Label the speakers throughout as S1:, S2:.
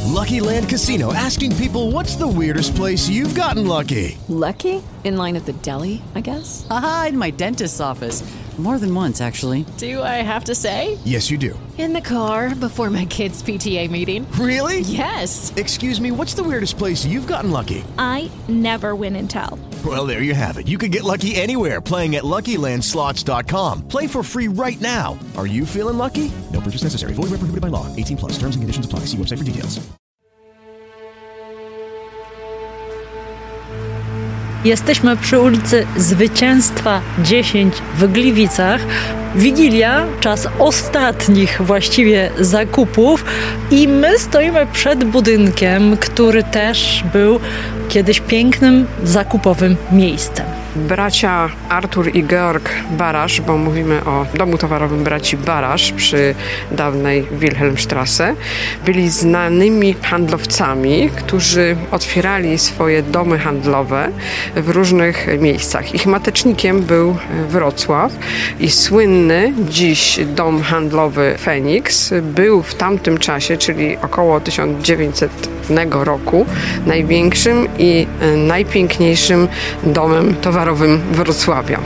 S1: Lucky Land Casino, asking people, what's the weirdest place you've gotten lucky?
S2: Lucky? In line at the deli, I guess?
S3: Aha, in my dentist's office. More than once, actually.
S2: Do I have to say?
S1: Yes, you do.
S2: In the car before my kids' PTA meeting.
S1: Really?
S2: Yes.
S1: Excuse me, what's the weirdest place you've gotten lucky?
S4: I never win and tell.
S1: Well, there you have it. You can get lucky anywhere, playing at LuckyLandSlots.com. Play for free right now. Are you feeling lucky? No purchase necessary. Void where prohibited by law. 18 plus. Terms and conditions apply. See website for details.
S5: Jesteśmy przy ulicy Zwycięstwa 10 w Gliwicach. Wigilia, czas ostatnich właściwie zakupów i my stoimy przed budynkiem, który też był kiedyś pięknym zakupowym miejscem.
S6: Bracia Artur i Georg Barasz, bo mówimy o domu towarowym braci Barasz przy dawnej Wilhelmstrasse, byli znanymi handlowcami, którzy otwierali swoje domy handlowe w różnych miejscach. Ich matecznikiem był Wrocław i słynny dziś dom handlowy Feniks był w tamtym czasie, czyli około 1900 roku, największym i najpiękniejszym domem towarowym Wrocławia.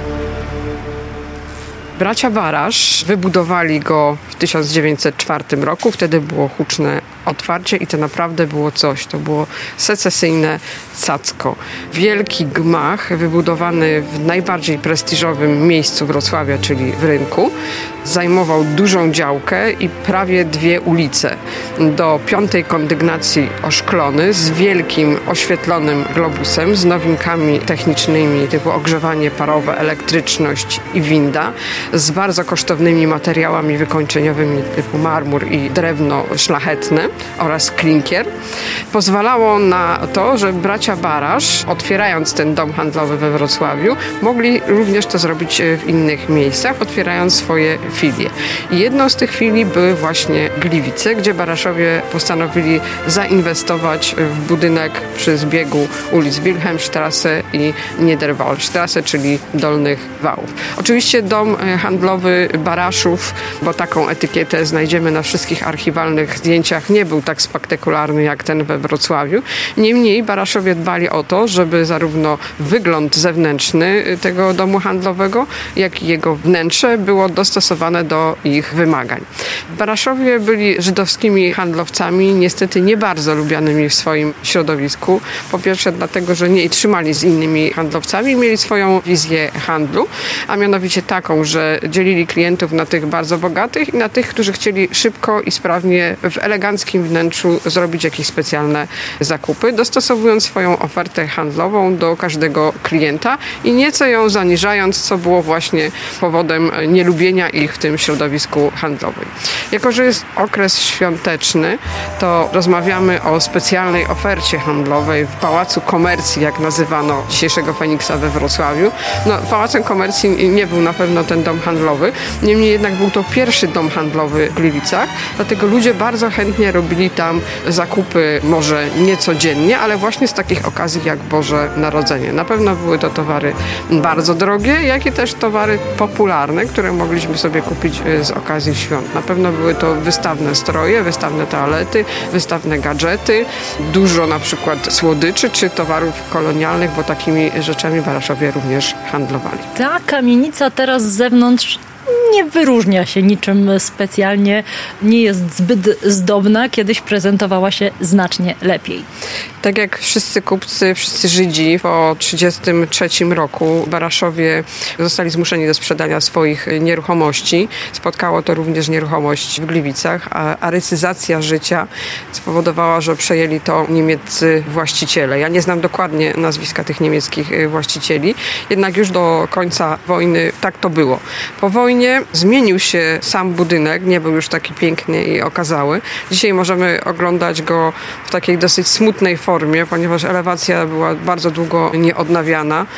S6: Bracia Barasz wybudowali go w 1904 roku. Wtedy było huczne otwarcie i to naprawdę było coś. To było secesyjne cacko. Wielki gmach wybudowany w najbardziej prestiżowym miejscu Wrocławia, czyli w Rynku. Zajmował dużą działkę i prawie 2 ulice. Do 5. kondygnacji oszklony z wielkim oświetlonym globusem, z nowinkami technicznymi typu ogrzewanie parowe, elektryczność i winda, z bardzo kosztownymi materiałami wykończeniowymi typu marmur i drewno szlachetne oraz klinkier. Pozwalało na to, że bracia Barasz, otwierając ten dom handlowy we Wrocławiu, mogli również to zrobić w innych miejscach, otwierając swoje filie. I jedną z tych filii były właśnie Gliwice, gdzie Baraszowie postanowili zainwestować w budynek przy zbiegu ulic Wilhelmstrasse i Niederwallstrasse, czyli Dolnych Wałów. Oczywiście dom handlowy Baraszów, bo taką etykietę znajdziemy na wszystkich archiwalnych zdjęciach, nie był tak spektakularny jak ten we Wrocławiu. Niemniej Baraszowie dbali o to, żeby zarówno wygląd zewnętrzny tego domu handlowego, jak i jego wnętrze było dostosowane do ich wymagań. Baraszowie byli żydowskimi handlowcami, niestety nie bardzo lubianymi w swoim środowisku. Po pierwsze dlatego, że nie trzymali z innymi handlowcami, mieli swoją wizję handlu, a mianowicie taką, że dzielili klientów na tych bardzo bogatych i na tych, którzy chcieli szybko i sprawnie w eleganckim wnętrzu zrobić jakieś specjalne zakupy, dostosowując swoją ofertę handlową do każdego klienta i nieco ją zaniżając, co było właśnie powodem nielubienia ich w tym środowisku handlowym. Jako że jest okres świąteczny, to rozmawiamy o specjalnej ofercie handlowej w Pałacu Komercji, jak nazywano dzisiejszego Feniksa we Wrocławiu. No, Pałacem Komercji nie był na pewno ten dom handlowy, niemniej jednak był to pierwszy dom handlowy w Gliwicach, dlatego ludzie bardzo chętnie robili tam zakupy, może nie codziennie, ale właśnie z takich okazji jak Boże Narodzenie. Na pewno były to towary bardzo drogie, jak i też towary popularne, które mogliśmy sobie kupić z okazji świąt. Na pewno były to wystawne stroje, wystawne toalety, wystawne gadżety, dużo na przykład słodyczy czy towarów kolonialnych, bo takimi rzeczami Baraszowie również handlowali.
S5: Ta kamienica teraz z zewnątrz nie wyróżnia się niczym specjalnie, nie jest zbyt zdobna, kiedyś prezentowała się znacznie lepiej.
S6: Tak jak wszyscy kupcy, wszyscy Żydzi po 1933 roku Baraszowie zostali zmuszeni do sprzedania swoich nieruchomości. Spotkało to również nieruchomość w Gliwicach, a arycyzacja życia spowodowała, że przejęli to niemieccy właściciele. Ja nie znam dokładnie nazwiska tych niemieckich właścicieli, jednak już do końca wojny tak to było. Po wojnie zmienił się sam budynek, nie był już taki piękny i okazały. Dzisiaj możemy oglądać go w takiej dosyć smutnej formie, ponieważ elewacja była bardzo długo nieodnawiana.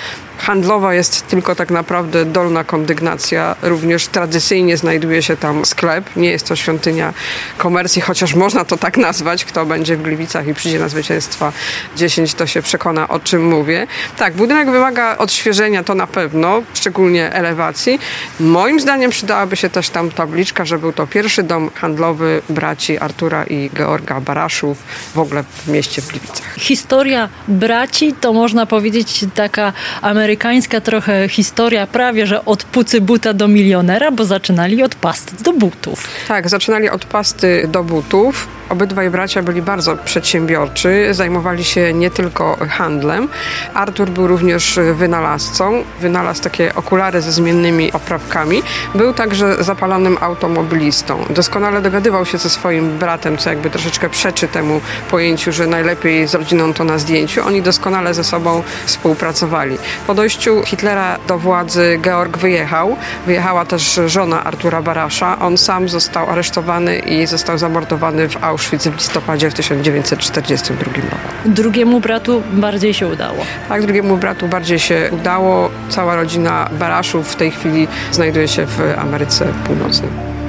S6: Handlowa jest tylko tak naprawdę dolna kondygnacja. Również tradycyjnie znajduje się tam sklep. Nie jest to świątynia komercji, chociaż można to tak nazwać. Kto będzie w Gliwicach i przyjdzie na Zwycięstwa 10, to się przekona, o czym mówię. Tak, budynek wymaga odświeżenia, to na pewno, szczególnie elewacji. Moim zdaniem przydałaby się też tam tabliczka, że był to pierwszy dom handlowy braci Artura i Georga Baraszów w ogóle w mieście w Gliwicach.
S5: Historia braci to można powiedzieć taka amerykańska trochę historia prawie, że od pucy buta do milionera, bo zaczynali od pasty do butów.
S6: Tak, zaczynali od pasty do butów. Obydwaj bracia byli bardzo przedsiębiorczy, zajmowali się nie tylko handlem. Artur był również wynalazcą, wynalazł takie okulary ze zmiennymi oprawkami. Był także zapalonym automobilistą. Doskonale dogadywał się ze swoim bratem, co jakby troszeczkę przeczy temu pojęciu, że najlepiej z rodziną to na zdjęciu. Oni doskonale ze sobą współpracowali. Po dojściu Hitlera do władzy Georg wyjechał. Wyjechała też żona Artura Barasza. On sam został aresztowany i został zamordowany w Auschwitz w listopadzie w 1942 roku.
S5: Drugiemu bratu bardziej się udało.
S6: Tak, drugiemu bratu bardziej się udało. Cała rodzina Baraszów w tej chwili znajduje się w Ameryce Północnej.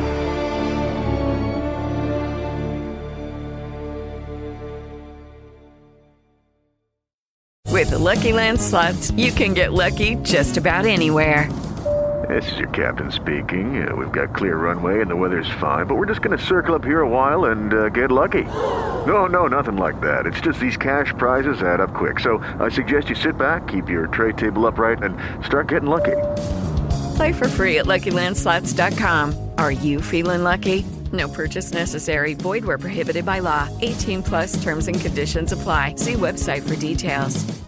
S7: With the Lucky Land Slots, you can get lucky just about anywhere.
S8: This is your captain speaking. We've got clear runway and the weather's fine, but we're just going to circle up here a while and get lucky. No, nothing like that. It's just these cash prizes add up quick. So I suggest you sit back, keep your tray table upright, and start getting lucky.
S7: Play for free at LuckyLandSlots.com. Are you feeling lucky? No purchase necessary. Void where prohibited by law. 18+ terms and conditions apply. See website for details.